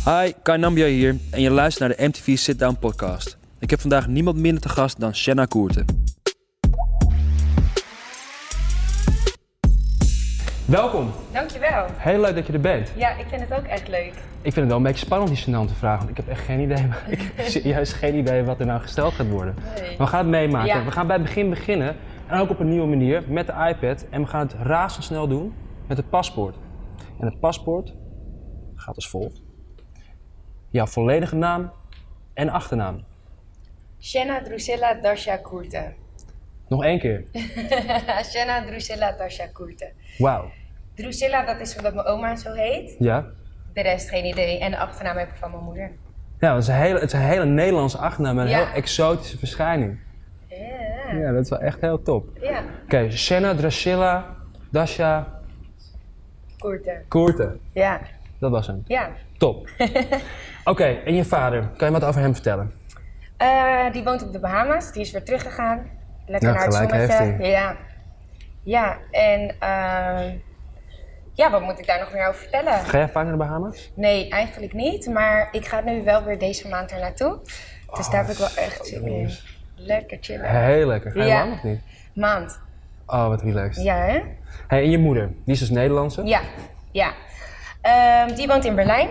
Hi, Kai Nambia hier en je luistert naar de MTV Sit Down podcast. Ik heb vandaag niemand minder te gast dan Shanna Koerten. Welkom. Dankjewel. Heel leuk dat je er bent. Ja, ik vind het ook echt leuk. Ik vind het wel een beetje spannend die gênante vraag, want ik heb echt geen idee. Ik heb serieus geen idee wat er nou gesteld gaat worden. Nee. Maar we gaan het meemaken. Ja. We gaan bij het begin beginnen en ook op een nieuwe manier met de iPad. En we gaan het razendsnel doen met het paspoort. En het paspoort gaat als volgt. Jouw volledige naam en achternaam. Shanna Drusilla Dasha Koerten. Nog één keer. Shanna Drusilla Dasha Koerten. Wauw. Drusilla, dat is omdat mijn oma zo heet. Ja? De rest geen idee. En de achternaam heb ik van mijn moeder. Ja, het is een hele Nederlandse achternaam met een Ja. heel exotische verschijning. Ja. Ja, dat is wel echt heel top. Ja. Oké, Shanna Drusilla Dasha Koerten. Koerten. Ja. Dat was hem. Ja. Top. Oké, en je vader, kan je wat over hem vertellen? Die woont op de Bahama's. Die is weer teruggegaan. Lekker Ja, naar het gelijk zonnetje. heeft hij. Ja. Ja, en ja, wat moet ik daar nog meer over vertellen? Ga jij vaak naar de Bahama's? Nee, eigenlijk niet. Maar ik ga nu wel weer deze maand er naartoe. Dus daar heb ik wel echt zin in. Lekker chillen. Heel lekker. Ga je Ja. lang of niet? Maand. Oh, wat relaxed. Ja, hè? Hey, en je moeder, die is dus Nederlandse? Ja, ja. Die woont in Berlijn.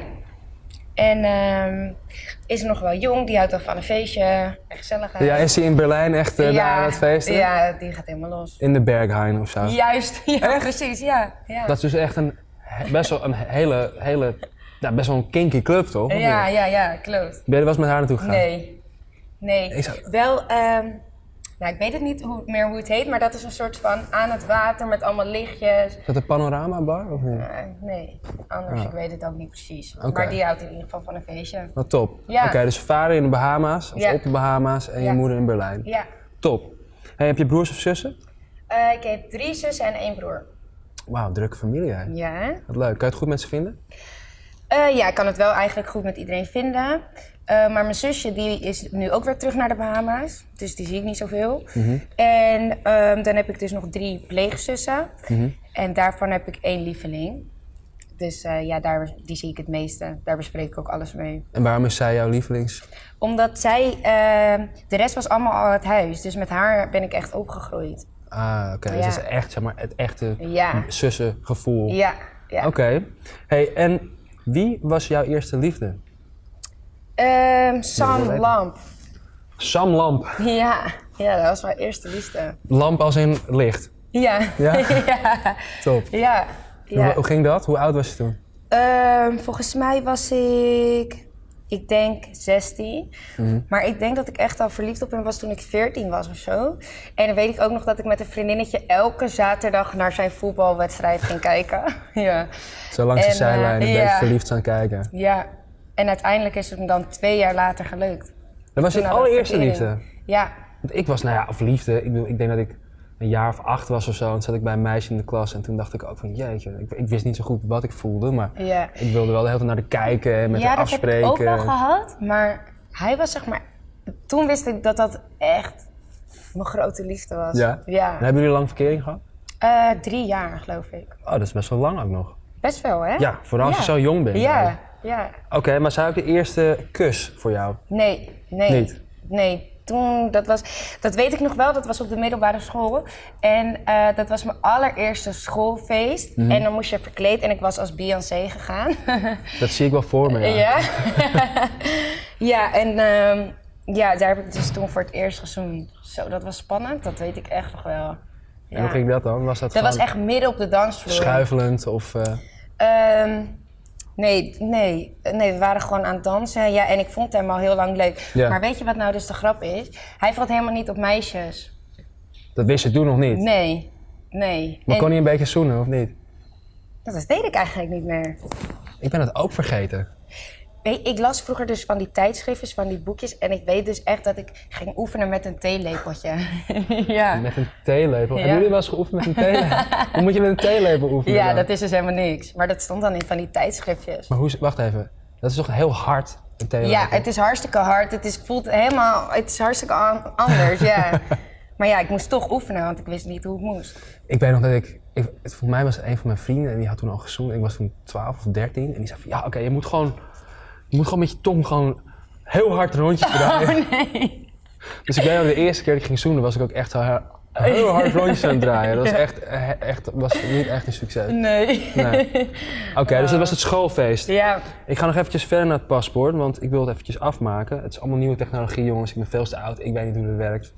En is nog wel jong, die houdt wel van een feestje. En gezelligheid. Ja, is hij in Berlijn echt daar aan het feesten? Ja, die gaat helemaal los. In de Berghain of zo? Juist, ja, precies, ja. Ja, Dat is dus echt best wel een hele best wel een kinky club, toch? Of ja, niet? ja, klopt. Ben je er wel eens met haar naartoe gegaan? Nee. Ik zou- Wel, nou, ik weet het niet meer hoe het heet, maar dat is een soort van aan het water met allemaal lichtjes. Is dat een panoramabar of niet? Nee, anders, Ah. ik weet het ook niet precies. Oké. Maar die houdt in ieder geval van een feestje. Wat top. Ja. Oké, dus vader in de Bahama's, of Ja. op de Bahama's en je Ja. moeder in Berlijn. Ja. Top. Hey, heb je broers of zussen? Ik heb 3 zussen en 1 broer. Wauw, drukke familie hè? Ja, hè? Wat leuk. Kan je het goed met ze vinden? Ja, ik kan het wel eigenlijk goed met iedereen vinden. Maar mijn zusje die is nu ook weer terug naar de Bahama's. Dus die zie ik niet zoveel. En dan heb ik dus nog 3 pleegzussen. En daarvan heb ik 1 lieveling. Dus ja, die zie ik het meeste. Daar bespreek ik ook alles mee. En waarom is zij jouw lievelings? Omdat zij, de rest was allemaal al het huis. Dus met haar ben ik echt opgegroeid. Ah, oké. Dus Ja. dat is echt, zeg maar, het echte Ja. zussengevoel. Ja, ja. Oké. Hey, en wie was jouw eerste liefde? Sam weten. Lamp. Sam Lamp. Ja, dat was mijn eerste liefde. Lamp als in licht. Ja. Ja? ja. Top. Ja. Hoe ging dat? Hoe oud was je toen? Volgens mij was ik denk 16. Maar ik denk dat ik echt al verliefd op hem was toen ik 14 was of zo. En dan weet ik ook nog dat ik met een vriendinnetje elke zaterdag naar zijn voetbalwedstrijd ging kijken. Ja. Zo langs de En, zijlijn een ja. beetje verliefd aan kijken. Ja. En uiteindelijk is het me dan 2 jaar later gelukt. Dat was je Toen hadden we allereerste verkering. liefde? Ja. Want ik was, nou ja, of liefde, ik denk dat ik een jaar of 8 was of zo. En toen zat ik bij een meisje in de klas en toen dacht ik ook van jeetje, ik wist niet zo goed wat ik voelde, maar Ja. ik wilde wel de hele tijd naar de kijken en met haar Ja, dat heb afspreken. ik ook wel gehad. Maar hij was zeg maar... Toen wist ik dat dat echt mijn grote liefde was. Ja? Ja. En hebben jullie lang verkering gehad? 3 jaar geloof ik. Oh, dat is best wel lang ook nog. Best wel, hè? Ja, vooral als je zo jong bent. Ja, ja. Oké, maar zou ik de eerste kus voor jou? Nee. Niet? Nee. Toen, dat weet ik nog wel, dat was op de middelbare school. En dat was mijn allereerste schoolfeest. En dan moest je verkleed en ik was als Beyoncé gegaan. Dat zie ik wel voor me, ja. Ja. Ja, en ja, daar heb ik dus toen voor het eerst gezoend. Zo, dat was spannend, dat weet ik echt nog wel. Ja. En hoe ging dat dan? Was dat Dat was gewoon echt midden op de dansvloer. schuifelend of... Nee, we waren gewoon aan het dansen. Ja, en ik vond hem al heel lang leuk. Ja. Maar weet je wat nou dus de grap is? Hij valt helemaal niet op meisjes. Dat wist je toen nog niet? Nee. Maar En kon hij een beetje zoenen of niet? dat weet ik eigenlijk niet meer. Ik ben het ook vergeten. Ik las vroeger dus van die tijdschriftjes, van die boekjes. En ik weet dus echt dat ik ging oefenen met een theelepeltje. Ja. Met een theelepel. Ja. Hebben jullie wel eens geoefend met een theelepel? Hoe moet je met een theelepel oefenen? Ja, dan? dat is dus helemaal niks. Maar dat stond dan in van die tijdschriftjes. Maar wacht even. Dat is toch heel hard, een theelepel? Ja, het is hartstikke hard. Het is hartstikke anders, ja. Maar ja, ik moest toch oefenen, want ik wist niet hoe het moest. Ik weet nog dat volgens mij was het een van mijn vrienden en die had toen al gezoend. Ik was toen 12 of 13 en die zei van ja, oké, je moet gewoon Je moet gewoon met je tong gewoon heel hard rondjes draaien. Oh nee. Dus ik weet nog, de eerste keer dat ik ging zoenen was ik ook echt zo heel hard rondjes aan het draaien. Dat was was niet echt een succes. Nee. Oké, dus dat was het schoolfeest. Ja. Ik ga nog eventjes verder naar het paspoort, want ik wil het eventjes afmaken. Het is allemaal nieuwe technologie, jongens. Ik ben veel te oud. Ik weet niet hoe het werkt.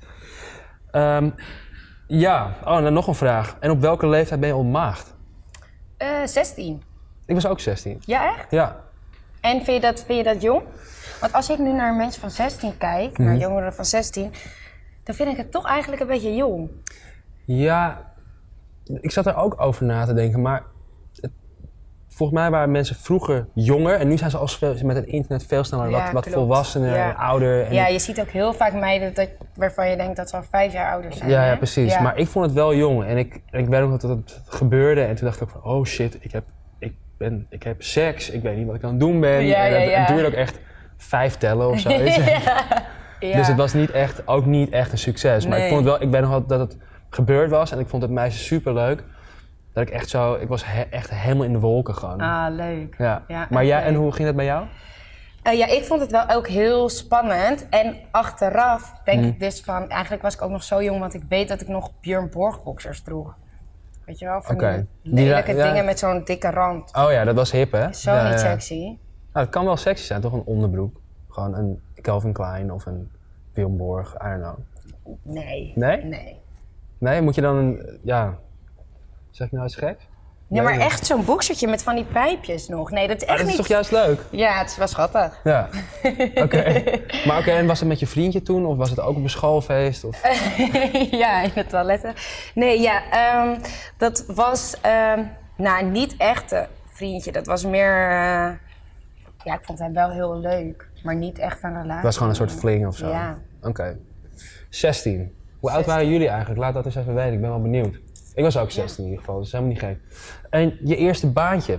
Nou, nog een vraag. En op welke leeftijd ben je ontmaagd? 16. Ik was ook 16. Ja, echt? Ja. En vind je dat jong? Want als ik nu naar mensen van 16 kijk, naar jongeren van 16, dan vind ik het toch eigenlijk een beetje jong. Ja, ik zat er ook over na te denken, maar volgens mij waren mensen vroeger jonger en nu zijn ze met het internet veel sneller wat volwassener, ouder. En ja, je ziet ook heel vaak meiden waarvan je denkt dat ze al 5 jaar ouder zijn. Ja, hè? ja, precies. Ja. Maar ik vond het wel jong en ik weet ook dat het gebeurde en toen dacht ik ook van, oh shit, ik heb seks, ik weet niet wat ik aan het doen ben. Het duurde ook echt 5 tellen of zo. Ja. Dus het was ook niet echt een succes. Maar ik weet nog wel dat het gebeurd was en ik vond het meisje super leuk. Dat ik echt ik was echt helemaal in de wolken gewoon. Ah, leuk. Ja. Maar jij, en hoe ging dat bij jou? Ik vond het wel ook heel spannend. En achteraf denk ik dus van, eigenlijk was ik ook nog zo jong, want ik weet dat ik nog Björn Borg boxers droeg. Weet je wel, van die lelijke dingen met zo'n dikke rand. Oh ja, dat was hip hè? Zo niet sexy. Nou, het kan wel sexy zijn, toch? Een onderbroek. Gewoon een Calvin Klein of een Björn Borg, I don't know. Nee. Nee? Nee, moet je dan zeg ik nou iets geks? Ja, maar echt zo'n boxertje met van die pijpjes nog. Nee, dat is echt dat is niet... toch juist leuk? Ja, het was schattig. Ja. Oké. Maar en was het met je vriendje toen? Of was het ook op een schoolfeest? Of? Ja, in het toiletten. Nee, dat was niet echt een vriendje. Dat was meer... ik vond hem wel heel leuk. Maar niet echt een relatie. Het was gewoon een soort fling of zo? Ja. Oké. 16. Hoe oud waren jullie eigenlijk? Laat dat eens even weten, ik ben wel benieuwd. Ik was ook 16 in ieder geval, dat is helemaal niet gek. En je eerste baantje?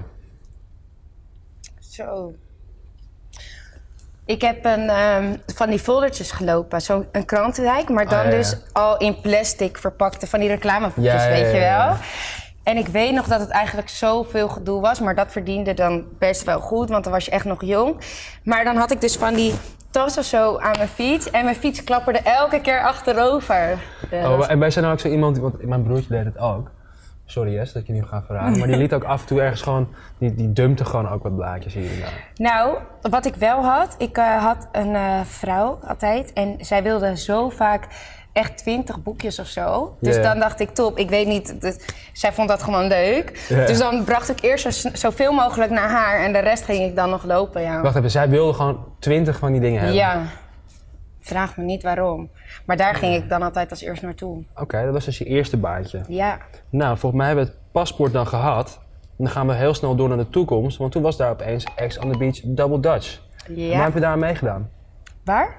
Zo. Ik heb van die foldertjes gelopen, zo'n krantendijk, maar dan dus al in plastic verpakte van die reclamepoepjes, weet je wel. En ik weet nog dat het eigenlijk zoveel gedoe was, maar dat verdiende dan best wel goed, want dan was je echt nog jong. Maar dan had ik dus van die tassen zo aan mijn fiets en mijn fiets klapperde elke keer achterover. En wij zijn nou ook zo iemand, want mijn broertje deed het ook. Sorry Jess, dat ik je nu ga verraden, maar die liet ook af en toe ergens gewoon, die dumpte gewoon ook wat blaadjes hier en daar. Nou, wat ik wel had, ik had een vrouw altijd en zij wilde zo vaak echt 20 boekjes of zo. Dus dan dacht ik, top, ik weet niet, zij vond dat gewoon leuk. Dus dan bracht ik eerst zoveel mogelijk naar haar en de rest ging ik dan nog lopen, ja. Wacht even, zij wilde gewoon 20 van die dingen hebben? Ja. Vraag me niet waarom. Maar daar ging ik dan altijd als eerst naartoe. Oké, dat was dus je eerste baantje. Ja. Nou, volgens mij hebben we het paspoort dan gehad. En dan gaan we heel snel door naar de toekomst, want toen was daar opeens Ex on the Beach Double Dutch. Ja. Waar heb je daar aan meegedaan? Waar?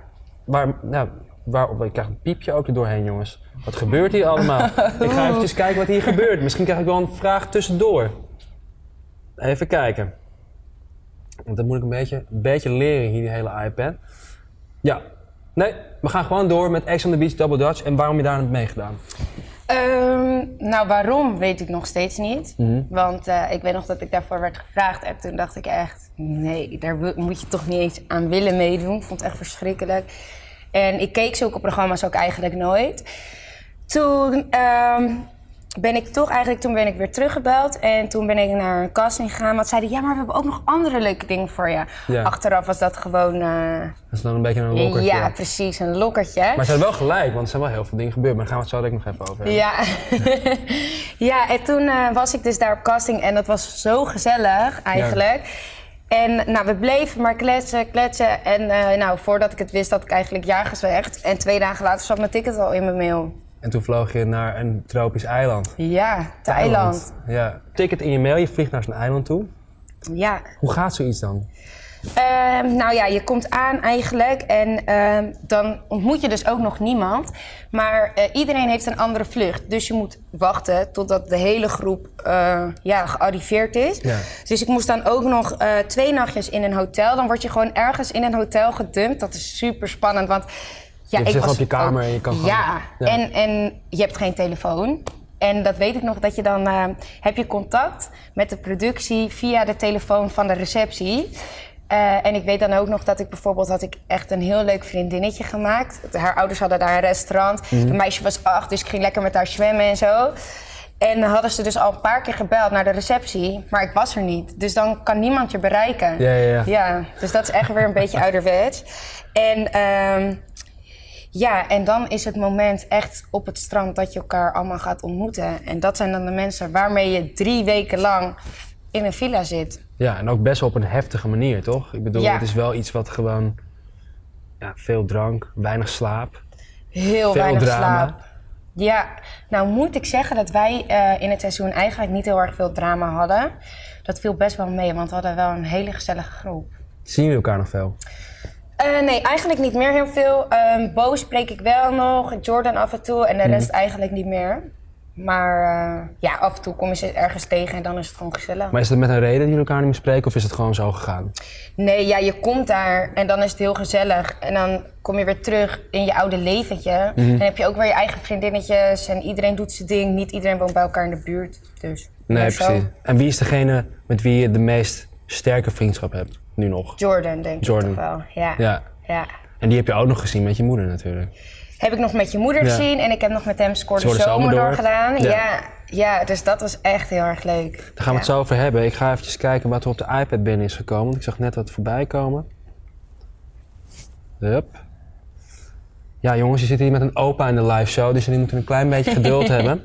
Ik krijg een piepje ook er doorheen, jongens. Wat gebeurt hier allemaal? Ik ga eventjes kijken wat hier gebeurt. Misschien krijg ik wel een vraag tussendoor. Even kijken. Want dan moet ik een beetje leren hier, die hele iPad. Ja. Nee, we gaan gewoon door met Ex on the Beach Double Dutch. En waarom je daar aan hebt meegedaan? Nou, waarom weet ik nog steeds niet. Want ik weet nog dat ik daarvoor werd gevraagd. En toen dacht ik echt, nee, daar moet je toch niet eens aan willen meedoen. Ik vond het echt verschrikkelijk. En ik keek zulke programma's ook eigenlijk nooit. Toen ben ik weer teruggebeld en toen ben ik naar een casting gegaan. Want zeiden, ja, maar we hebben ook nog andere leuke dingen voor je. Ja. Achteraf was dat gewoon... dat is dan een beetje een lokkertje. Ja, precies, een lokkertje. Maar ze hadden wel gelijk, want er zijn wel heel veel dingen gebeurd. Maar daar gaan we het zo direct nog even over hebben. Ja, ja, en toen was ik dus daar op casting en dat was zo gezellig eigenlijk. Ja. En we bleven maar kletsen. En voordat ik het wist had ik eigenlijk ja gezegd. En 2 dagen later zat mijn ticket al in mijn mail. En toen vloog je naar een tropisch eiland. Ja, Thailand. Ja. Ticket in je mail, je vliegt naar zo'n eiland toe. Ja. Hoe gaat zoiets dan? Je komt aan eigenlijk en dan ontmoet je dus ook nog niemand. Maar iedereen heeft een andere vlucht. Dus je moet wachten totdat de hele groep gearriveerd is. Ja. Dus ik moest dan ook nog 2 nachtjes in een hotel. Dan word je gewoon ergens in een hotel gedumpt. Dat is super spannend, want... Ja, je zit op je kamer en je kan gewoon... Ja. En je hebt geen telefoon. En dat weet ik nog, dat je dan heb je contact met de productie via de telefoon van de receptie. En ik weet dan ook nog dat ik bijvoorbeeld had ik echt een heel leuk vriendinnetje gemaakt. Haar ouders hadden daar een restaurant. Het meisje was 8, dus ik ging lekker met haar zwemmen en zo. En dan hadden ze dus al een paar keer gebeld naar de receptie, maar ik was er niet. Dus dan kan niemand je bereiken. Ja, dus dat is echt weer een beetje ouderwets. En en dan is het moment echt op het strand dat je elkaar allemaal gaat ontmoeten. En dat zijn dan de mensen waarmee je 3 weken lang in een villa zit. Ja, en ook best wel op een heftige manier, toch? Ik bedoel, het is wel iets wat gewoon... Ja, veel drank, weinig slaap. Heel veel weinig drama. slaap. Ja, nou moet ik zeggen dat wij in het seizoen eigenlijk niet heel erg veel drama hadden. Dat viel best wel mee, want we hadden wel een hele gezellige groep. Zien jullie elkaar nog veel? Nee, eigenlijk niet meer heel veel. Bo spreek ik wel nog, Jordan af en toe en de rest eigenlijk niet meer. Maar af en toe kom je ze ergens tegen en dan is het gewoon gezellig. Maar is dat met een reden dat jullie elkaar niet meer spreken of is het gewoon zo gegaan? Nee, ja, je komt daar en dan is het heel gezellig. En dan kom je weer terug in je oude leventje. En dan heb je ook weer je eigen vriendinnetjes en iedereen doet zijn ding. Niet iedereen woont bij elkaar in de buurt, dus... Nee, precies. En wie is degene met wie je de meest sterke vriendschap hebt, nu nog? Jordan, denk ik toch wel. Ja. En die heb je ook nog gezien met je moeder natuurlijk. Heb ik nog met je moeder gezien en ik heb nog met hem Score de Zomer door gedaan. Ja, dus dat was echt heel erg leuk. Daar gaan we het zo over hebben. Ik ga even kijken wat er op de iPad binnen is gekomen. Want ik zag net wat voorbij komen. Hup. Ja jongens, je zit hier met een opa in de live show, dus jullie moeten een klein beetje geduld hebben.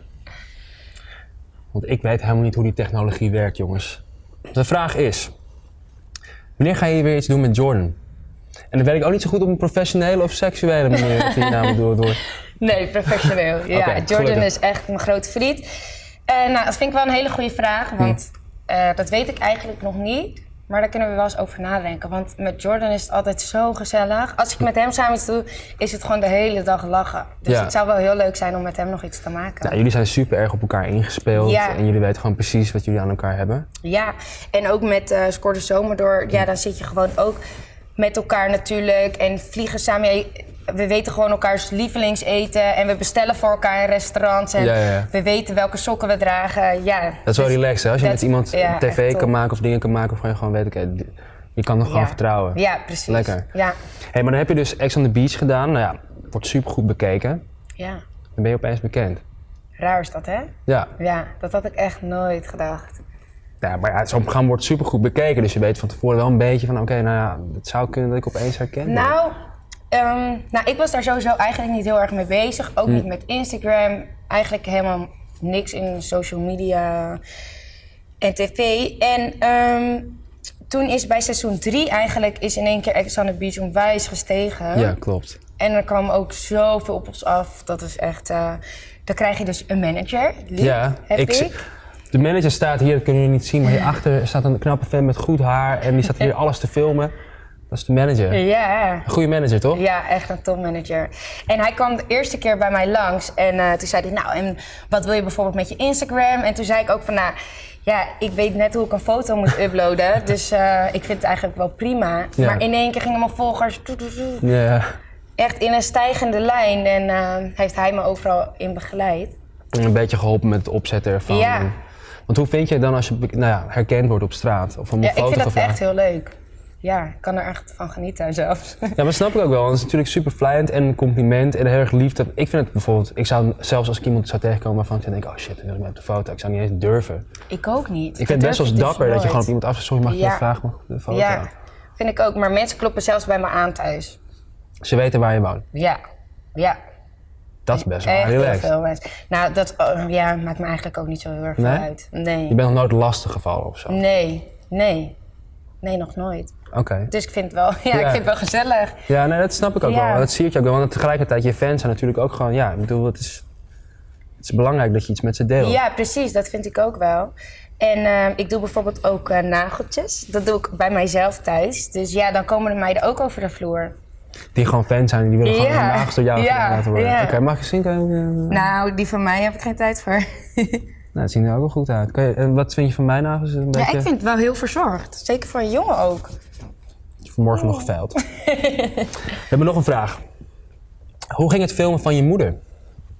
Want ik weet helemaal niet hoe die technologie werkt, jongens. De vraag is, wanneer ga je weer iets doen met Jordan? En dan weet ik ook niet zo goed op een professionele of seksuele manier wat je nou door. Nee, professioneel. Ja, Okay, Jordan is echt mijn grote vriend. Nou, dat vind ik wel een hele goede vraag, want dat weet ik eigenlijk nog niet. Maar daar kunnen we wel eens over nadenken, want met Jordan is het altijd zo gezellig. Als ik met hem samen iets doe, is het gewoon de hele dag lachen. Dus het zou wel heel leuk zijn om met hem nog iets te maken. Nou, jullie zijn super erg op elkaar ingespeeld en jullie weten gewoon precies wat jullie aan elkaar hebben. Ja, en ook met Score de Zomer door, dan zit je gewoon ook met elkaar natuurlijk en vliegen samen. We weten gewoon elkaars lievelingseten en we bestellen voor elkaar in restaurants en we weten welke sokken we dragen. Ja, dat is wel relaxed, hè? Als je met iemand tv kan maken of dingen kan maken waarvan je gewoon weet, oké, je kan nog gewoon vertrouwen. Ja, precies. Lekker. Ja. Hey, maar dan heb je dus Ex on the Beach gedaan. Nou ja, wordt super goed bekeken. Ja. Dan ben je opeens bekend. Raar is dat, hè? Ja. Ja, dat had ik echt nooit gedacht. Ja, maar zo'n programma wordt super goed bekeken, dus je weet van tevoren wel een beetje van oké, nou ja, het zou kunnen dat ik opeens herken. Nou, ik was daar sowieso eigenlijk niet heel erg mee bezig. Ook niet met Instagram. Eigenlijk helemaal niks in social media en tv. En toen is bij seizoen 3 eigenlijk is in één keer Ex on the Beach onwijs gestegen. Ja, klopt. En er kwam ook zoveel op ons af. Dat is echt... dan krijg je dus een manager. Ja, de manager staat hier, dat kunnen jullie niet zien, maar hierachter staat een knappe vent met goed haar en die staat hier alles te filmen. Dat is de manager. Ja. Een goede manager, toch? Ja, echt een topmanager. En hij kwam de eerste keer bij mij langs en toen zei hij, nou, en wat wil je bijvoorbeeld met je Instagram? En toen zei ik ook van, nou, ja, ik weet net hoe ik een foto moet uploaden, dus ik vind het eigenlijk wel prima. Ja. Maar in één keer gingen mijn volgers echt in een stijgende lijn en heeft hij me overal in begeleid. Een beetje geholpen met het opzetten ervan. Ja. Want hoe vind je het dan als je herkend wordt op straat of op een foto gevraagd? Ik vind dat echt heel leuk. Ja, ik kan er echt van genieten zelfs. Ja, maar dat snap ik ook wel. Want het is natuurlijk super vlijend en een compliment en heel erg lief. Ik vind het bijvoorbeeld, ik zou zelfs als ik iemand zou tegenkomen waarvan ik zou denken, oh shit, dan wil ik mee op de foto. Ik zou niet eens durven. Ik ook niet. Ik vind het best wel dapper dat je gewoon op iemand afzet, sorry, mag ik je vragen, mag ik de foto? Ja, vind ik ook. Maar mensen kloppen zelfs bij me aan thuis. Ze weten waar je woont? Ja. Dat is best wel relaxed. Heel veel mensen. Nou, dat maakt me eigenlijk ook niet zo heel erg veel uit. Nee. Je bent nog nooit lastig gevallen of zo? Nee, nog nooit. Oké. Dus ik vind het wel, ik vind het wel gezellig. Ja, nee, dat snap ik ook wel. Dat zie ik ook wel. Want tegelijkertijd, je fans zijn natuurlijk ook gewoon, ik bedoel, het is belangrijk dat je iets met ze deelt. Ja, precies. Dat vind ik ook wel. En ik doe bijvoorbeeld ook nageltjes. Dat doe ik bij mijzelf thuis. Dus ja, dan komen de meiden ook over de vloer. Die gewoon fans zijn en die willen gewoon hun nagels door jou laten worden. Ja. Oké, mag je zien? Nou, die van mij heb ik geen tijd voor. Nou, het ziet er ook wel goed uit. En wat vind je van mijn nagels? Ik vind het wel heel verzorgd. Zeker voor een jongen ook. Vanmorgen nog geveild. We hebben nog een vraag. Hoe ging het filmen van je moeder?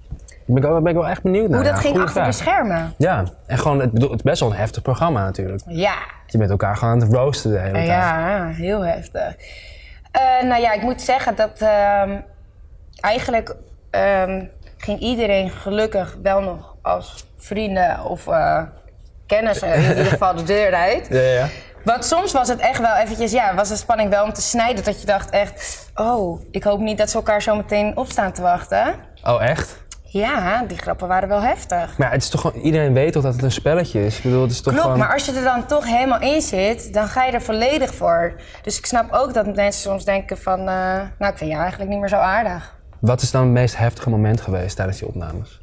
Ben ik wel echt benieuwd naar. Hoe dat ging goeie achter de vraag. schermen. Ja, en gewoon, het is best wel een heftig programma natuurlijk. Ja, Je bent elkaar gewoon aan het roosten de hele tijd. ja, heel heftig. Nou ja, ik moet zeggen dat eigenlijk ging iedereen gelukkig wel nog als vrienden of kennissen in ieder geval de deur uit. Ja. Want soms was het echt wel eventjes, was de spanning wel om te snijden. Dat je dacht echt, ik hoop niet dat ze elkaar zo meteen opstaan te wachten. Oh, echt? Ja, die grappen waren wel heftig. Maar ja, het is toch gewoon, iedereen weet toch dat het een spelletje is? Ik bedoel, het is toch Klopt, gewoon... maar als je er dan toch helemaal in zit, dan ga je er volledig voor. Dus ik snap ook dat mensen soms denken van, ik vind jou eigenlijk niet meer zo aardig. Wat is dan het meest heftige moment geweest tijdens die opnames?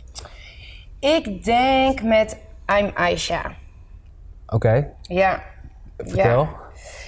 Ik denk met I'm Aisha. Oké, Ja. vertel. Ja.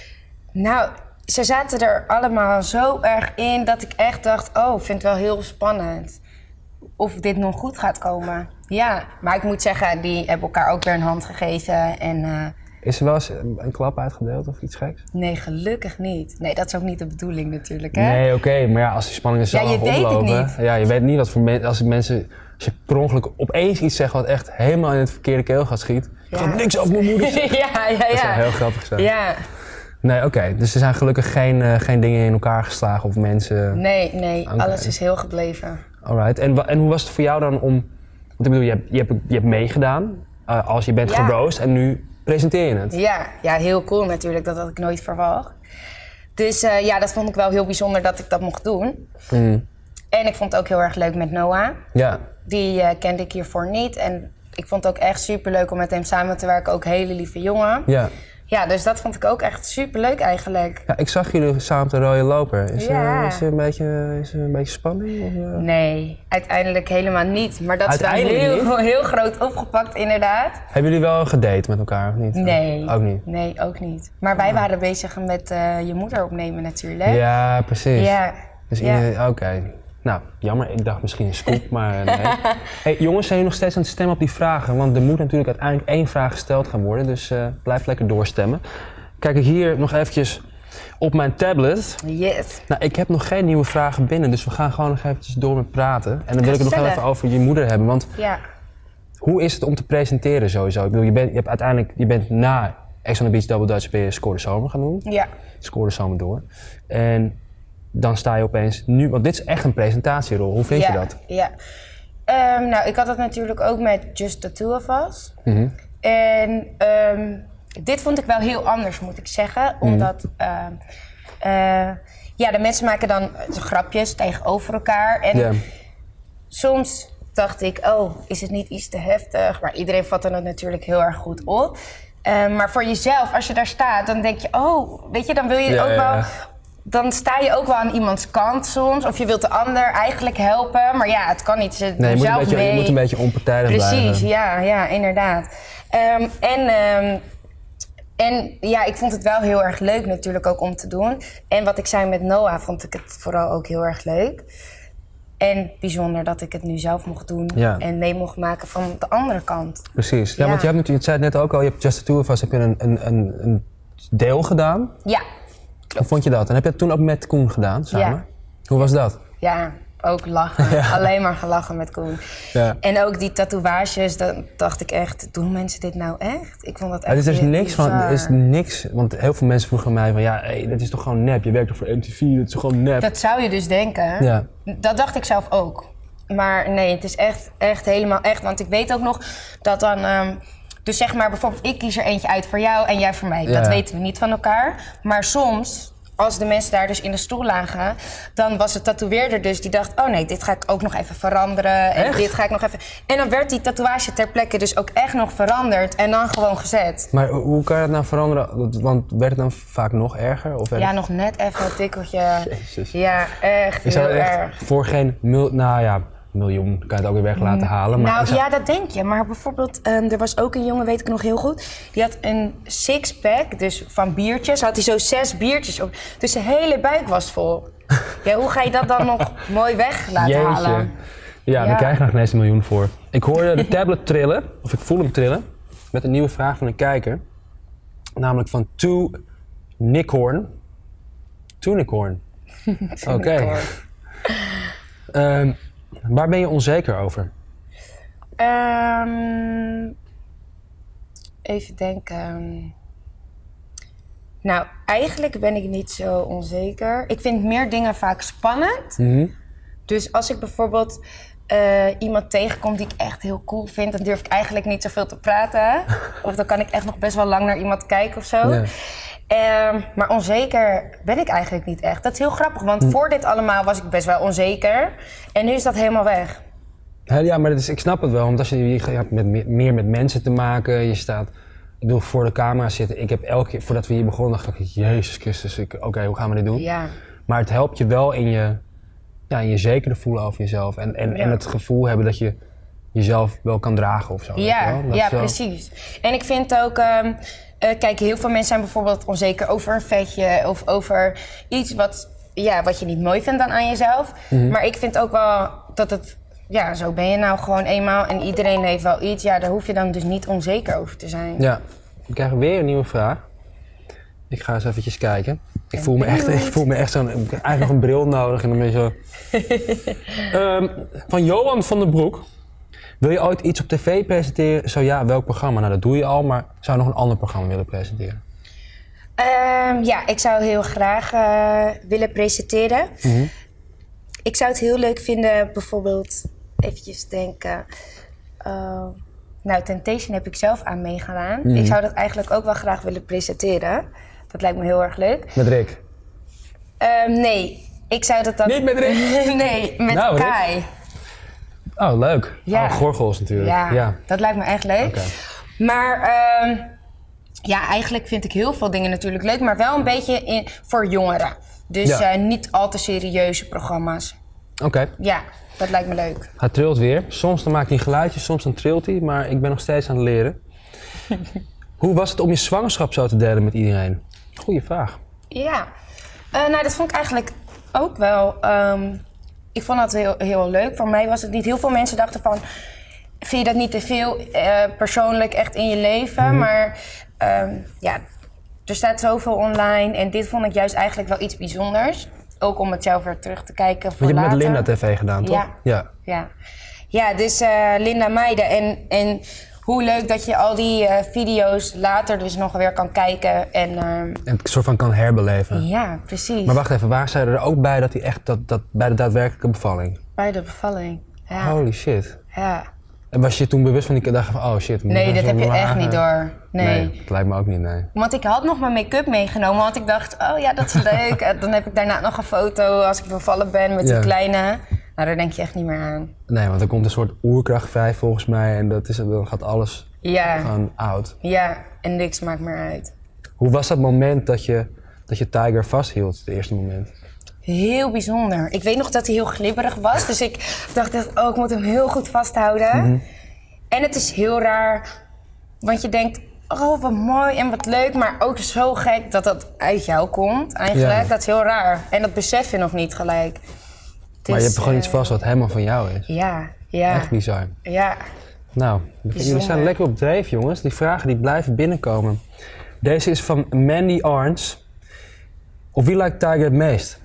Nou, ze zaten er allemaal zo erg in dat ik echt dacht, ik vind het wel heel spannend. Of dit nog goed gaat komen. Ja, maar ik moet zeggen, die hebben elkaar ook weer een hand gegeven. En Is er wel eens een klap uitgedeeld of iets geks? nee, gelukkig niet. Nee, dat is ook niet de bedoeling natuurlijk, hè? Nee, oké, maar ja, als die spanningen zo Ja, je hoog weet het oplopen... niet. Ja, je weet niet wat voor mensen... Als je per ongeluk opeens iets zegt wat echt helemaal in het verkeerde keelgat schiet... Ik ga niks over mijn moeder zeggen. ja. Dat zou heel grappig zijn. Ja, Nee, oké, dus er zijn gelukkig geen dingen in elkaar geslagen of mensen... nee, Oké. alles is heel gebleven. Alright, en hoe was het voor jou dan om... Want ik bedoel, je hebt meegedaan als je bent Ja. geroost en nu presenteer je het. Ja, heel cool natuurlijk, dat had ik nooit verwacht. Dus dat vond ik wel heel bijzonder dat ik dat mocht doen. Mm. En ik vond het ook heel erg leuk met Noah. Ja, Die kende ik hiervoor niet. En ik vond het ook echt superleuk om met hem samen te werken. Ook een hele lieve jongen. ja. Ja, dus dat vond ik ook echt superleuk eigenlijk. Ja, ik zag jullie samen op de rode loper. Is Ja. er een beetje spanning? Of, Nee, uiteindelijk helemaal niet. Maar dat is wel Uiteindelijk niet? heel groot opgepakt inderdaad. Hebben jullie wel gedate met elkaar of niet? Nee. Ook niet? Nee, ook niet. Maar wij waren bezig met je moeder opnemen natuurlijk. Ja, precies. Ja. Dus Ja. oké. Nou, jammer. Ik dacht misschien een scoop, maar nee. Hey, jongens, zijn jullie nog steeds aan het stemmen op die vragen? Want er moet natuurlijk uiteindelijk 1 vraag gesteld gaan worden. Dus blijf lekker doorstemmen. Kijk ik hier nog eventjes op mijn tablet. Yes. Nou, ik heb nog geen nieuwe vragen binnen, dus we gaan gewoon nog eventjes door met praten. En dan wil ik het nog Gezellig. even over je moeder hebben. Want Ja. hoe is het om te presenteren sowieso? Ik bedoel, je bent na Ex on the Beach Double Dutch ben je Score de Zomer gaan doen. Ja. Score de Zomer door. En dan sta je opeens nu, want dit is echt een presentatierol. Hoe vind je dat? Ja. Nou, ik had het natuurlijk ook met Just the Two of Us. Mhm. En dit vond ik wel heel anders, moet ik zeggen. Omdat de mensen maken dan grapjes tegenover elkaar. En Ja. soms dacht ik, is het niet iets te heftig? Maar iedereen vatte het natuurlijk heel erg goed op. Maar voor jezelf, als je daar staat, dan denk je, weet je, dan wil je ook wel... Dan sta je ook wel aan iemands kant soms. Of je wilt de ander eigenlijk helpen. Maar ja, het kan niet. Ze Nee, doen zelf je mee. moet een beetje onpartijdig blijven. Precies, ja, inderdaad. En ik vond het wel heel erg leuk natuurlijk ook om te doen. En wat ik zei met Noah, vond ik het vooral ook heel erg leuk. En bijzonder dat ik het nu zelf mocht doen. Ja. En mee mocht maken van de andere kant. Precies. Ja, Ja. want je hebt natuurlijk, je zei het net ook al, je hebt Just the Two of Us, heb je een deel gedaan. Ja, Hoe vond je dat? En heb je dat toen ook met Koen gedaan, samen? Ja. Hoe was dat? ja, ook lachen. Ja. Alleen maar gelachen met Koen. Ja. En ook die tatoeages, dan dacht ik echt, doen mensen dit nou echt? Ik vond dat echt Er is dus heel niks van, bizar. er is niks, want heel veel mensen vroegen mij van ja, dat is toch gewoon nep, je werkt toch voor MTV, dat is toch gewoon nep? Dat zou je dus denken. Ja. Dat dacht ik zelf ook. Maar nee, het is echt helemaal echt. Want ik weet ook nog dat dan... dus zeg maar bijvoorbeeld, ik kies er eentje uit voor jou en jij voor mij. Ja. Dat weten we niet van elkaar. Maar soms, als de mensen daar dus in de stoel lagen... dan was de tatoeëerder dus die dacht... oh nee, dit ga ik ook nog even veranderen. En Echt? dit ga ik nog even... En dan werd die tatoeage ter plekke dus ook echt nog veranderd. En dan gewoon gezet. Maar hoe kan je dat nou veranderen? Want werd het dan vaak nog erger? Of werd Ja, het... nog net even een tikkeltje. Jezus. Ja, echt Je zou heel echt erg. voor geen miljoen kan je het ook weer weg laten halen. Maar Nou je zou- ja, dat denk je. Maar bijvoorbeeld, er was ook een jongen, weet ik nog heel goed. Die had een sixpack, dus van biertjes. Had hij zo 6 biertjes op. Dus zijn hele buik was vol. Ja, hoe ga je dat dan nog mooi weg laten halen? Ja, Ja. daar krijg je nog ineens 1 miljoen voor. Ik hoorde de tablet trillen, of ik voel hem trillen, met een nieuwe vraag van een kijker. Namelijk van Tunicorn. Oké. Waar ben je onzeker over? Even denken. Nou, eigenlijk ben ik niet zo onzeker. Ik vind meer dingen vaak spannend. Dus als ik bijvoorbeeld iemand tegenkom die ik echt heel cool vind, dan durf ik eigenlijk niet zoveel te praten. Of dan kan ik echt nog best wel lang naar iemand kijken of zo. Ja. Maar onzeker ben ik eigenlijk niet echt. Dat is heel grappig, want voor dit allemaal was ik best wel onzeker. En nu is dat helemaal weg. Ja, maar ik snap het wel, want als je hebt meer met mensen te maken, je staat... Ik bedoel, voor de camera zitten. Ik heb elke keer, voordat we hier begonnen, dacht ik, Jezus Christus, oké, hoe gaan we dit doen? Ja. Maar het helpt je wel in je zekere voelen over jezelf. En het gevoel hebben dat je jezelf wel kan dragen of zo. Ja, ja, precies. En ik vind ook, kijk, heel veel mensen zijn bijvoorbeeld onzeker over een vetje of over iets wat je niet mooi vindt dan aan jezelf. Maar ik vind ook wel dat het, zo ben je nou gewoon eenmaal en iedereen heeft wel iets. Ja, daar hoef je dan dus niet onzeker over te zijn. Ja, we krijgen weer een nieuwe vraag. Ik ga eens eventjes kijken. Ik voel me echt zo'n... Ik heb eigenlijk nog een bril nodig en dan ben je zo... van Johan van den Broek. Wil je ooit iets op tv presenteren? Zo ja, welk programma? Nou, dat doe je al, maar zou je nog een ander programma willen presenteren? Ik zou heel graag willen presenteren. Ik zou het heel leuk vinden, bijvoorbeeld, eventjes denken... Temptation heb ik zelf aan meegedaan. Ik zou dat eigenlijk ook wel graag willen presenteren. Dat lijkt me heel erg leuk. Met Rick? Nee, ik zou dat dan... Niet met Rick? Nee, met Kai. Rick? Oh, leuk. Ja. Oh, Gorgels natuurlijk. Ja, dat lijkt me echt leuk. Okay. Maar eigenlijk vind ik heel veel dingen natuurlijk leuk, maar wel een beetje voor jongeren. Dus niet al te serieuze programma's. Oké. Ja, dat lijkt me leuk. Hij trilt weer. Soms dan maakt hij geluidjes, soms dan trilt hij, maar ik ben nog steeds aan het leren. Hoe was het om je zwangerschap zo te delen met iedereen? Goeie vraag. Ja, dat vond ik eigenlijk ook wel... ik vond dat heel, heel leuk. Voor mij was het niet... Heel veel mensen dachten van... Vind je dat niet te veel persoonlijk echt in je leven? Maar er staat zoveel online. En dit vond ik juist eigenlijk wel iets bijzonders. Ook om het zelf weer terug te kijken voor later. Je hebt met later. Linda TV gedaan, toch? Ja, dus Linda Meijden. En hoe leuk dat je al die video's later dus nog weer kan kijken. En het soort van kan herbeleven. Ja, precies. Maar wacht even, waar zei er ook bij dat hij echt dat bij de daadwerkelijke bevalling? Bij de bevalling, ja. Holy shit. Ja. En was je toen bewust van die dag van, oh shit. Nee, dat heb je echt niet door. Nee, dat lijkt me ook niet, nee. Want ik had nog mijn make-up meegenomen, want ik dacht, oh ja, dat is leuk. Dan heb ik daarna nog een foto als ik bevallen ben met die kleine. Nou, daar denk je echt niet meer aan. Nee, want er komt een soort oerkracht vrij volgens mij en dan gaat alles gewoon oud. Ja, en niks maakt meer uit. Hoe was dat moment dat je Tiger vasthield, het eerste moment? Heel bijzonder. Ik weet nog dat hij heel glibberig was, dus ik dacht echt, ik moet hem heel goed vasthouden. En het is heel raar, want je denkt, oh wat mooi en wat leuk, maar ook zo gek dat dat uit jou komt eigenlijk. Ja. Dat is heel raar en dat besef je nog niet gelijk. Maar je hebt gewoon iets vast wat helemaal van jou is. Ja. Echt bizar. Ja. Nou, jullie zijn lekker op dreef, jongens. Die vragen die blijven binnenkomen. Deze is van Mandy Arns. Of wie lijkt Tiger het meest?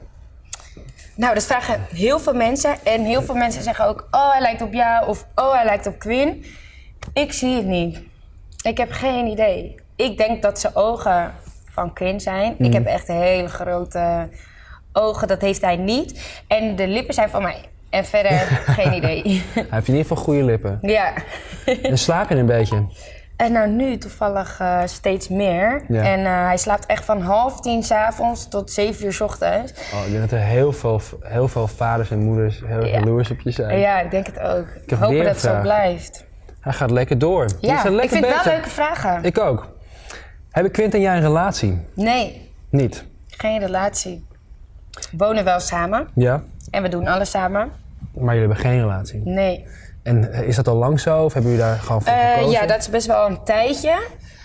Nou, dat vragen heel veel mensen. En heel veel mensen zeggen ook, oh hij lijkt op jou of oh hij lijkt op Quinn. Ik zie het niet. Ik heb geen idee. Ik denk dat zijn ogen van Quinn zijn. Ik heb echt hele grote ogen, dat heeft hij niet. En de lippen zijn van mij. En verder geen idee. Hij heeft in ieder geval goede lippen. Ja. En slaap je een beetje? En nou nu toevallig steeds meer. Ja. En hij slaapt echt van 9:30 's avonds tot 7 uur 's ochtends. Oh, ik denk dat er heel veel vaders en moeders heel erg jaloers op je zijn. Ja, ik denk het ook. Ik hoop dat het zo blijft. Hij gaat lekker door. Ja, ik vind het wel leuke vragen. Ik ook. Hebben Quint en jij een relatie? Nee. Niet? Geen relatie. We wonen wel samen. Ja. En we doen alles samen. Maar jullie hebben geen relatie? Nee. En is dat al lang zo of hebben jullie daar gewoon voor gekozen? Ja, dat is best wel een tijdje.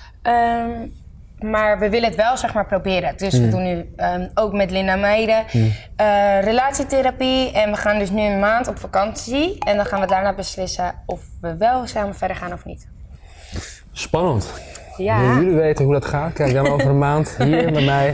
Maar we willen het wel zeg maar proberen. Dus we doen nu ook met Linda Meijden relatietherapie. En we gaan dus nu een maand op vakantie. En dan gaan we daarna beslissen of we wel samen verder gaan of niet. Spannend. Ja. Willen jullie weten hoe dat gaat? Kijk dan over een maand hier bij mij.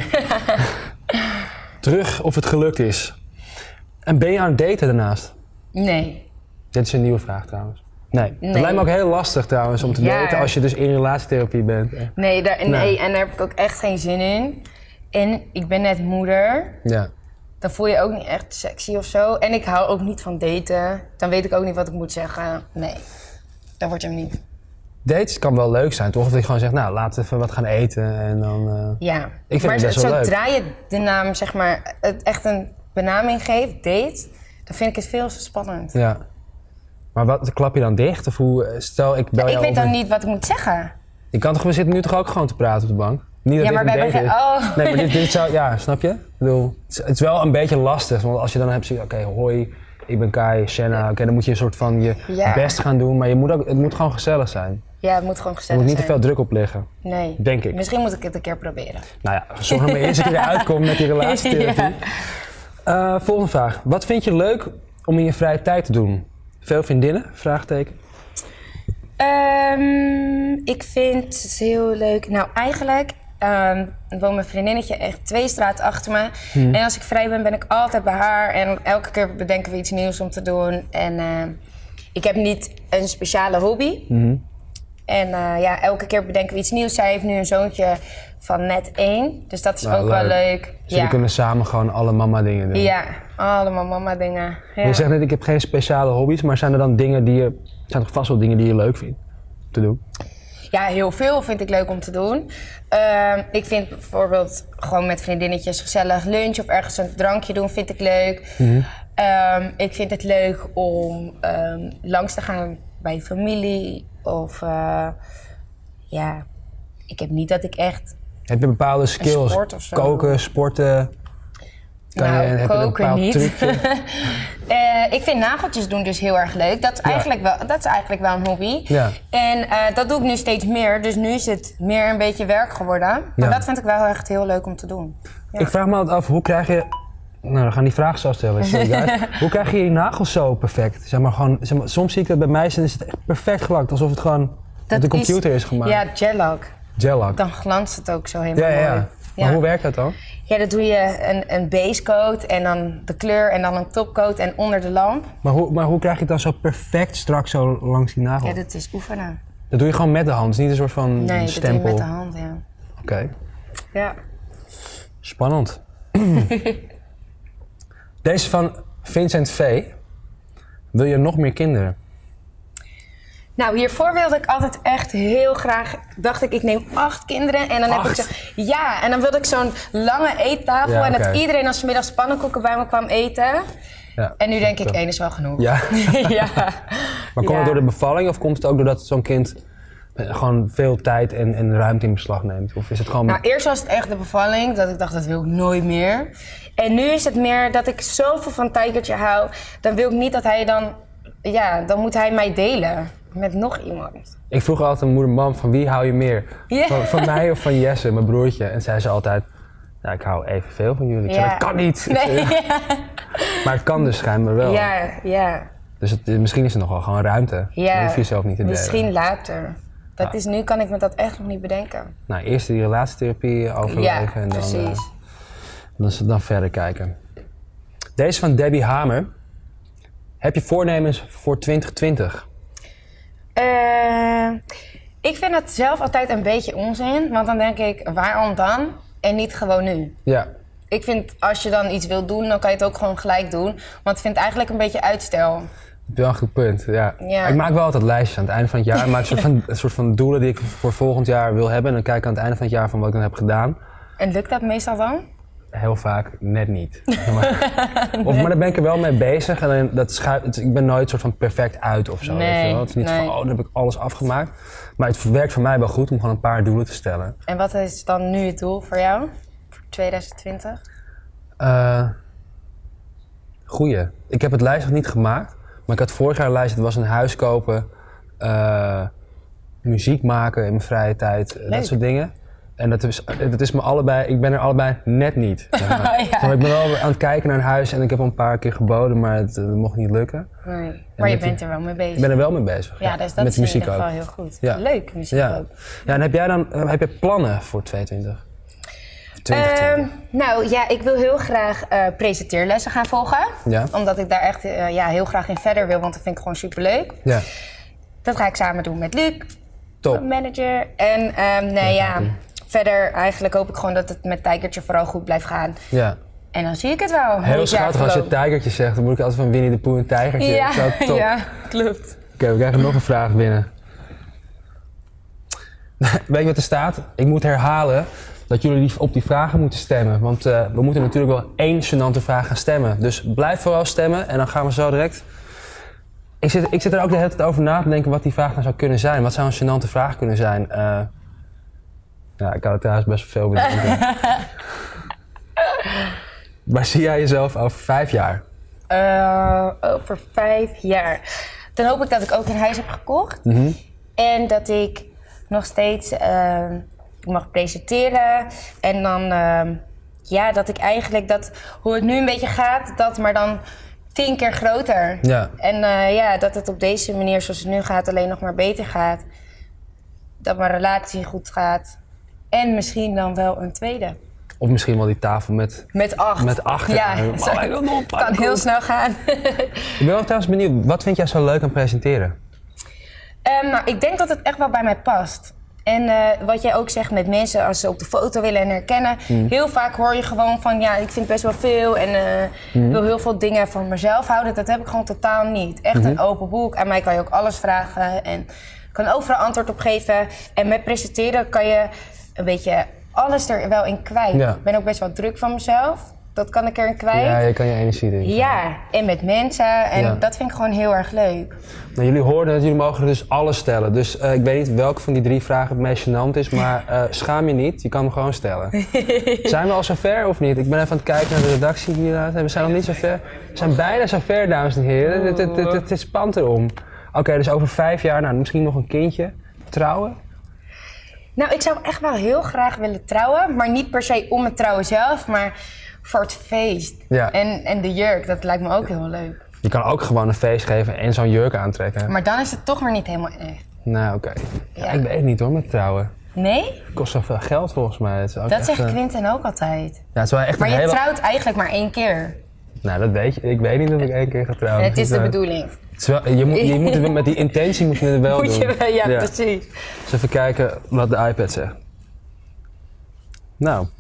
Terug of het gelukt is. En ben je aan het daten daarnaast? Nee. Dit is een nieuwe vraag trouwens. Nee. Nee. Dat lijkt me ook heel lastig trouwens om te daten als je dus in relatietherapie bent. Nee, en daar heb ik ook echt geen zin in. En ik ben net moeder. Ja. Dan voel je ook niet echt sexy of zo. En ik hou ook niet van daten. Dan weet ik ook niet wat ik moet zeggen. Nee, dat wordt hem niet. Dates kan wel leuk zijn, toch? Dat je gewoon zegt, nou, laten we even wat gaan eten en dan... Ja, Ik vind het best wel leuk. Zodra je de naam, zeg maar, het echt een benaming geeft, date, dan vind ik het veel te spannend. Ja. Maar wat, klap je dan dicht? Of hoe, stel, ik bel Ik jou weet op dan niet wat ik moet zeggen. Je kan toch, we zitten nu toch ook gewoon te praten op de bank? Niet dat Ja, maar dit wij een hebben date geen... is. Nee, maar dit zou... Ja, snap je? Ik bedoel, het is wel een beetje lastig. Want als je dan hebt, oké, hoi, ik ben Kai, Shanna. Oké, dan moet je een soort van je best gaan doen. Maar je moet ook, het moet gewoon gezellig zijn. Ja, het moet gewoon Er gezellig moet niet te zijn. veel druk op liggen. Nee. Denk ik. Misschien moet ik het een keer proberen. Nou ja, zorg er maar eerst dat je eruit komt met die relatietherapie. Volgende vraag. Wat vind je leuk om in je vrije tijd te doen? Veel vriendinnen? Vraagteken. Ik vind het heel leuk. Nou, eigenlijk woont mijn vriendinnetje echt 2 straten achter me. En als ik vrij ben, ben ik altijd bij haar. En elke keer bedenken we iets nieuws om te doen. En ik heb niet een speciale hobby. En ja, elke keer bedenken we iets nieuws. Zij heeft nu een zoontje van net 1. Dus dat is ook wel leuk. Dus jullie kunnen samen gewoon alle mama dingen doen. Ja, allemaal mama dingen. Ja. Je zegt net, ik heb geen speciale hobby's. Maar zijn er dan dingen die je... Zijn er vast wel dingen die je leuk vindt te doen? Ja, heel veel vind ik leuk om te doen. Ik vind bijvoorbeeld gewoon met vriendinnetjes gezellig lunch of ergens een drankje doen vind ik leuk. Ik vind het leuk om langs te gaan bij familie of ja, ik heb niet dat ik echt Heb je bepaalde skills? sport of zo. Koken, sporten? Heb je een koken bepaald niet. trucje? Ik vind nageltjes doen dus heel erg leuk. Dat is eigenlijk wel een hobby. Ja. En dat doe ik nu steeds meer. Dus nu is het meer een beetje werk geworden. Maar Ja. dat vind ik wel echt heel leuk om te doen. Ja. Ik vraag me altijd af, hoe krijg je... Nou, we gaan die vraag zo stellen. Sorry, guys. Hoe krijg je je nagels zo perfect? Zeg maar, gewoon, soms zie ik dat bij mij is het echt perfect gelakt. Alsof het gewoon op de computer is gemaakt. Ja, gel-lock. Gel-lock. Dan glanst het ook zo helemaal Ja. mooi. Maar hoe werkt dat dan? Ja, dan doe je een basecoat en dan de kleur en dan een topcoat en onder de lamp. Maar hoe krijg je het dan zo perfect strak zo langs die nagel? Ja, dat is oefenen. Dat doe je gewoon met de hand, het is niet een soort van Nee, stempel? dat doe je met de hand, ja. Oké. Ja. Spannend. Deze van Vincent V. Wil je nog meer kinderen? Nou, hiervoor wilde ik altijd echt heel graag, dacht ik neem 8 kinderen en dan heb ik zo, ja, en dan wilde ik zo'n lange eettafel Ja, en dat oké. iedereen als 's middags pannenkoeken bij me kwam eten. Ja. En nu denk ik, 1 is wel genoeg. Ja. Ja. Maar komt Ja. het door de bevalling of komt het ook doordat zo'n kind gewoon veel tijd en ruimte in beslag neemt? Of is het gewoon... Nou, eerst was het echt de bevalling, dat ik dacht, dat wil ik nooit meer. En nu is het meer dat ik zoveel van Tijgertje hou, dan wil ik niet dat hij dan, ja, dan moet hij mij delen met nog iemand. Ik vroeg altijd aan moeder, mam, van wie hou je meer? Ja. Van mij of van Jesse, mijn broertje? En zei ze altijd, ja, ik hou evenveel van jullie. Ik zei, Ja. dat kan niet. Nee, Maar het kan dus schijnbaar wel. ja. Dus misschien is er nog wel gewoon ruimte. Dan Ja, hoef je jezelf niet te delen. misschien later. Dat Ja. is, nu kan ik me dat echt nog niet bedenken. Nou, eerst die relatietherapie overleven Ja, en precies. dan verder kijken. Deze van Debbie Hamer. Heb je voornemens voor 2020? Ik vind het zelf altijd een beetje onzin, want dan denk ik, waarom dan? En niet gewoon nu. Ja. Ik vind, als je dan iets wilt doen, dan kan je het ook gewoon gelijk doen. Want ik vind het eigenlijk een beetje uitstel. Heb je wel een goed punt, ja. Ja. Ik maak wel altijd lijstjes aan het einde van het jaar. Ik maak een soort van doelen die ik voor volgend jaar wil hebben. En dan kijk ik aan het einde van het jaar van wat ik dan heb gedaan. En lukt dat meestal dan? Heel vaak net niet. Maar daar ben ik er wel mee bezig. En dan ik ben nooit soort van perfect uit of zo. Nee, weet je wel? Het is niet nee. van, dan heb ik alles afgemaakt. Maar het werkt voor mij wel goed om gewoon een paar doelen te stellen. En wat is dan nu het doel voor jou? Voor 2020? Goeie. Ik heb het lijst nog niet gemaakt. Maar ik had vorig jaar een lijst. Het was een huis kopen. Muziek maken in mijn vrije tijd. Dat soort dingen. En dat is me allebei, ik ben er allebei net niet. Zeg maar. Ja. Zeg maar, ik ben wel aan het kijken naar een huis en ik heb al een paar keer geboden, maar het mocht niet lukken. Nee. Maar je met bent er wel mee bezig. Ik ben er wel mee bezig. Ja, dus dat met is in muziek ieder geval ook. heel goed. Ja. Leuk, muziek Ja. ook. Ja, en heb je plannen voor 2020? 2020? Nou ja, ik wil heel graag presenteerlessen gaan volgen. Ja. Omdat ik daar echt heel graag in verder wil, want dat vind ik gewoon superleuk. Ja. Dat ga ik samen doen met Luc, Top. mijn manager. En verder eigenlijk hoop ik gewoon dat het met Tijgertje vooral goed blijft gaan. Ja. En dan zie ik het wel. Heel schattig als je tijgertje zegt, dan moet ik altijd van Winnie de Pooh een tijgertje. Ja, Zo top. ja, klopt. Oké, we krijgen nog een vraag binnen. Weet je wat er staat? Ik moet herhalen dat jullie op die vragen moeten stemmen. Want we moeten natuurlijk wel 1 gênante vraag gaan stemmen. Dus blijf vooral stemmen en dan gaan we zo direct... Ik zit er ook de hele tijd over na te denken wat die vraag nou zou kunnen zijn. Wat zou een gênante vraag kunnen zijn? Ja, ik had het trouwens best veel bedenken. Waar zie jij jezelf over 5 jaar? Over 5 jaar. Dan hoop ik dat ik ook een huis heb gekocht. En dat ik nog steeds mag presenteren. En dan, dat ik eigenlijk dat, hoe het nu een beetje gaat, dat maar dan 10 keer groter. Ja. En dat het op deze manier, zoals het nu gaat, alleen nog maar beter gaat. Dat mijn relatie goed gaat. En misschien dan wel een tweede. Of misschien wel die tafel met 8. Met 8. Ja, kan heel snel gaan. Ik ben wel trouwens benieuwd, wat vind jij zo leuk aan presenteren? Ik denk dat het echt wel bij mij past. En wat jij ook zegt met mensen als ze op de foto willen en herkennen. Heel vaak hoor je gewoon van ik vind best wel veel en wil heel veel dingen van mezelf houden. Dat heb ik gewoon totaal niet. Echt een open boek. Aan mij kan je ook alles vragen en kan overal antwoord op geven. En met presenteren kan je een beetje alles er wel in kwijt. Ja. Ik ben ook best wel druk van mezelf. Dat kan ik erin kwijt. Ja, je kan je energie erin. Ja, en met mensen. En dat vind ik gewoon heel erg leuk. Nou, jullie hoorden dat jullie mogen dus alles stellen. Dus ik weet niet welke van die 3 vragen het meest gênant is, maar schaam je niet. Je kan hem gewoon stellen. Zijn we al zover of niet? Ik ben even aan het kijken naar de redactie hier. We zijn nog niet zo ver. We zijn bijna zover, dames en heren. Het spant erom. Oké, dus over 5 jaar, misschien nog een kindje. Trouwen? Nou, ik zou echt wel heel graag willen trouwen. Maar niet per se om het trouwen zelf, maar voor het feest. Ja. En de jurk, dat lijkt me ook heel leuk. Je kan ook gewoon een feest geven en zo'n jurk aantrekken. Maar dan is het toch maar niet helemaal echt. Nou, oké. Ja. Ik weet het niet hoor, met trouwen. Nee? Het kost zoveel geld volgens mij. Het is ook Dat echt, zegt Quinten ook altijd. Ja, het is wel echt Maar een je hele... trouwt eigenlijk maar 1 keer. Nou, dat weet je. Ik weet niet of ik 1 keer ga trouwen. Het is de bedoeling. Het is wel, je moet het met die intentie moet je het wel Moet doen. je wel, ja, precies. Dus even kijken wat de iPad zegt. Nou.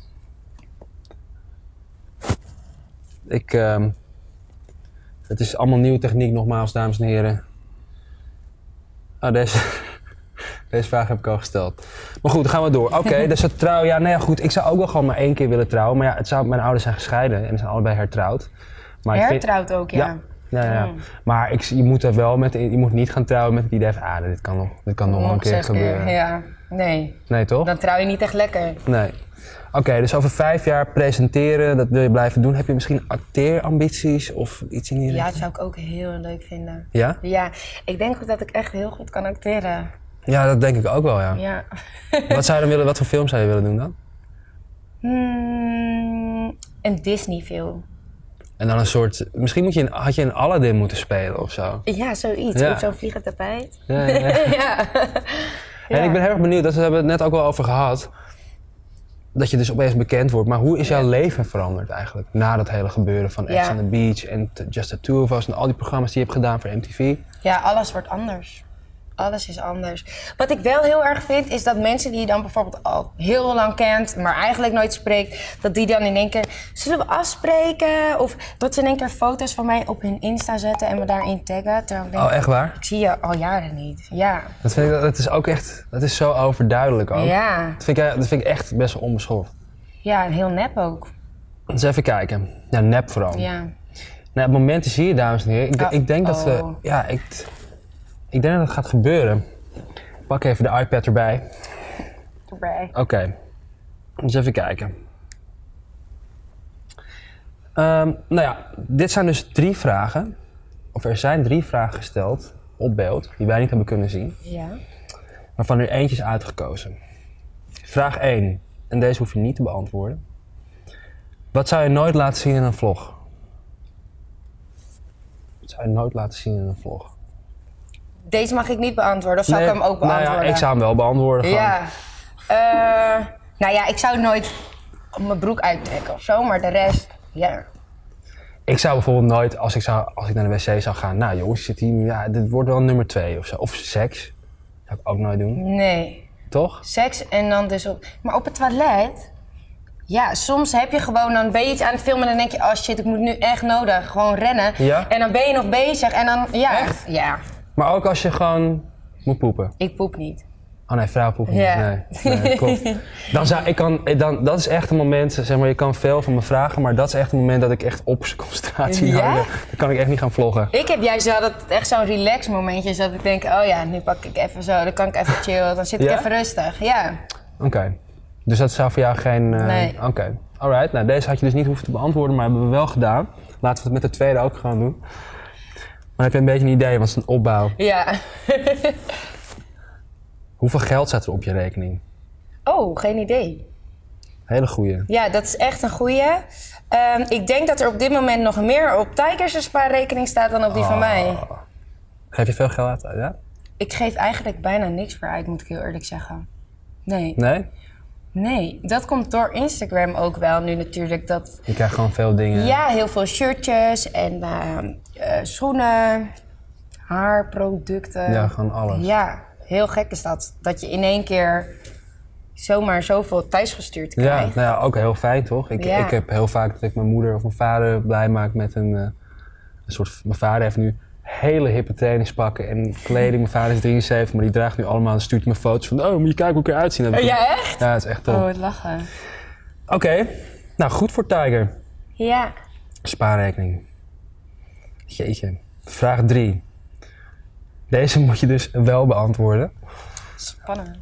Het is allemaal nieuwe techniek nogmaals, dames en heren. Oh, deze vraag heb ik al gesteld. Maar goed, dan gaan we door. Oké, dus het trouwen. Ja, nee, goed. Ik zou ook wel gewoon maar 1 keer willen trouwen. Maar ja, mijn ouders zijn gescheiden en ze zijn allebei hertrouwd. Maar Hertrouwd ook, ja. Ja. Maar je moet er wel je moet niet gaan trouwen met het idee van, dit kan nog een keer gebeuren. Ja, nee. Nee, toch? Dan trouw je niet echt lekker. Nee. Oké, dus over 5 jaar presenteren, dat wil je blijven doen. Heb je misschien acteerambities of iets in die richting? Ja, dat zou ik ook heel leuk vinden. Ja? Ja, ik denk ook dat ik echt heel goed kan acteren. Ja, dat denk ik ook wel, ja. Ja. Wat voor film zou je willen doen dan? Een Disney-film. En dan een soort, misschien had je in Aladdin moeten spelen of zo. Ja, zoiets. Ja. Op zo'n vliegend tapijt. Ja. Ja. En ik ben heel erg benieuwd, dat we hebben het net ook wel over gehad. Dat je dus opeens bekend wordt. Maar hoe is jouw leven veranderd eigenlijk? Na dat hele gebeuren van Ex on the Beach en Just the Two of Us en al die programma's die je hebt gedaan voor MTV. Ja, alles wordt anders. Alles is anders. Wat ik wel heel erg vind, is dat mensen die je dan bijvoorbeeld al heel lang kent, maar eigenlijk nooit spreekt, dat die dan in één keer, zullen we afspreken? Of dat ze in één keer foto's van mij op hun Insta zetten en me daarin taggen. Terwijl ik denk, Oh, echt waar? ik zie je al jaren niet. Ja. Dat is ook echt, dat is zo overduidelijk ook. Ja. Dat vind ik echt best wel onbeschoft. Ja, en heel nep ook. Dus even kijken. Ja, nep vooral. Ja. Nou, op momenten zie je, dames en heren. Ik denk dat we, ik denk dat het gaat gebeuren. Ik pak even de iPad erbij. Oké. Dus even kijken. Dit zijn dus 3 vragen. Of er zijn 3 vragen gesteld op beeld, die wij niet hebben kunnen zien. Ja. Waarvan er eentje is uitgekozen. Vraag 1. En deze hoef je niet te beantwoorden. Wat zou je nooit laten zien in een vlog? Wat zou je nooit laten zien in een vlog? Deze mag ik niet beantwoorden, of zou ik hem ook beantwoorden? Nou ja, ik zou hem wel beantwoorden. Gewoon. Ja. Ik zou nooit mijn broek uittrekken of zo, maar de rest, ja. Ik zou bijvoorbeeld nooit, als ik naar de wc zou gaan... Nou jongens, zit hier, ja, dit wordt wel nummer 2 of zo. Of seks. Zou ik ook nooit doen. Nee. Toch? Seks en dan dus op... Maar op het toilet... Ja, soms heb je gewoon, dan ben je iets aan het filmen en dan denk je... Oh shit, ik moet nu echt nodig. Gewoon rennen. Ja? En dan ben je nog bezig en dan... Ja. Echt? Ja. Maar ook als je gewoon moet poepen. Ik poep niet. Oh nee, vrouw poepen niet. Ja. Nee, klopt. Dat is echt een moment, zeg maar, je kan veel van me vragen, maar dat is echt een moment dat ik echt op zijn concentratie Ja? hou. Dan kan ik echt niet gaan vloggen. Ik heb juist wel dat het echt zo'n relax momentje is dat ik denk... Oh ja, nu pak ik even zo, dan kan ik even chillen, dan zit ik Ja? even rustig. Ja. Oké. Dus dat zou voor jou geen... Nee. Oké. Alright. Nou, deze had je dus niet hoeven te beantwoorden, maar hebben we wel gedaan. Laten we het met de tweede ook gaan doen. Maar heb je een beetje een idee, want het is een opbouw. Ja. Hoeveel geld staat er op je rekening? Oh, geen idee. Hele goeie. Ja, dat is echt een goeie. Ik denk dat er op dit moment nog meer op Tigers' spaarrekening staat dan op die van mij. Geef je veel geld uit, ja? Ik geef eigenlijk bijna niks meer uit, moet ik heel eerlijk zeggen. Nee. Nee? Nee, dat komt door Instagram ook wel nu natuurlijk. Dat, Je krijgt gewoon veel dingen. ja, heel veel shirtjes en schoenen, haarproducten. Ja, gewoon alles. Ja, heel gek is dat. Dat je in één keer zomaar zoveel thuisgestuurd Ja, krijgt. nou ja, ook heel fijn toch? Ik heb heel vaak dat ik mijn moeder of mijn vader blij maak met een soort... Mijn vader heeft nu hele hippe trainingspakken en kleding. Mijn vader is 73, maar die draagt nu allemaal en stuurt me foto's van... Oh, moet je kijken hoe ik eruit zie. Ja, echt? Ja, dat is echt top. Oh, het lachen. Oké, nou goed voor Tiger. Ja. Spaarrekening. Jeetje. Vraag 3. Deze moet je dus wel beantwoorden. Spannend.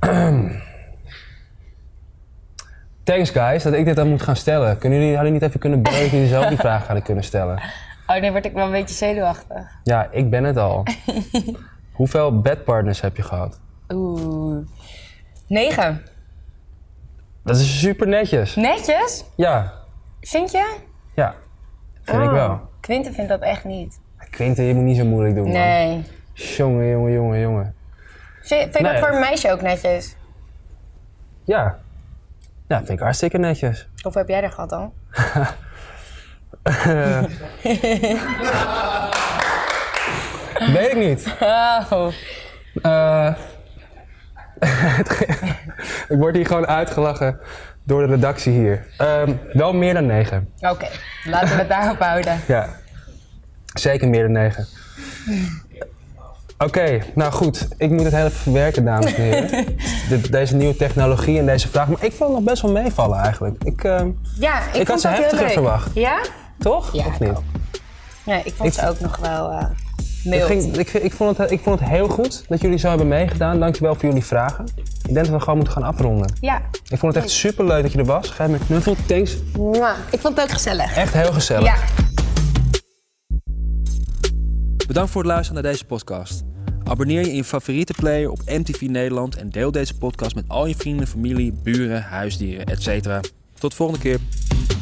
Thanks guys dat ik dit dan moet gaan stellen. Hadden jullie niet even kunnen bellen dat jullie zelf die vraag hadden kunnen stellen? Oh, nu word ik wel een beetje zenuwachtig. Ja, ik ben het al. Hoeveel bedpartners heb je gehad? Oeh. 9. Dat is super netjes. Netjes? Ja, Vind je? ja. Vind ik wel. Quinten vindt dat echt niet. Quinten, je moet niet zo moeilijk doen, man. Nee. Jongen. Vind je Nee. dat voor een meisje ook netjes? Ja. Ja, vind ik hartstikke netjes. Of heb jij er gehad dan? Weet ik niet. Oh. Ik word hier gewoon uitgelachen door de redactie hier. Wel meer dan 9. Oké, laten we het daarop houden. Ja. Zeker meer dan 9. Oké, nou goed. Ik moet het heel even verwerken, dames en heren. Deze nieuwe technologie en deze vraag. Maar ik vond het nog best wel meevallen eigenlijk. Ja, ik had vond ze dat heel heftiger leuk. verwacht. Ja? Toch? Ja, of ik niet? ook. Nee, ik vond ze ook nog wel mild. Ik vond het heel goed dat jullie zo hebben meegedaan. Dankjewel voor jullie vragen. Ik denk dat we gewoon moeten gaan afronden. Ja. Ik vond het echt super leuk dat je er was. Geef me een knuffel. Thanks. Mwah. Ik vond het ook gezellig. Echt heel gezellig. Ja. Bedankt voor het luisteren naar deze podcast. Abonneer je in je favoriete player op MTV Nederland en deel deze podcast met al je vrienden, familie, buren, huisdieren, etc. Tot de volgende keer.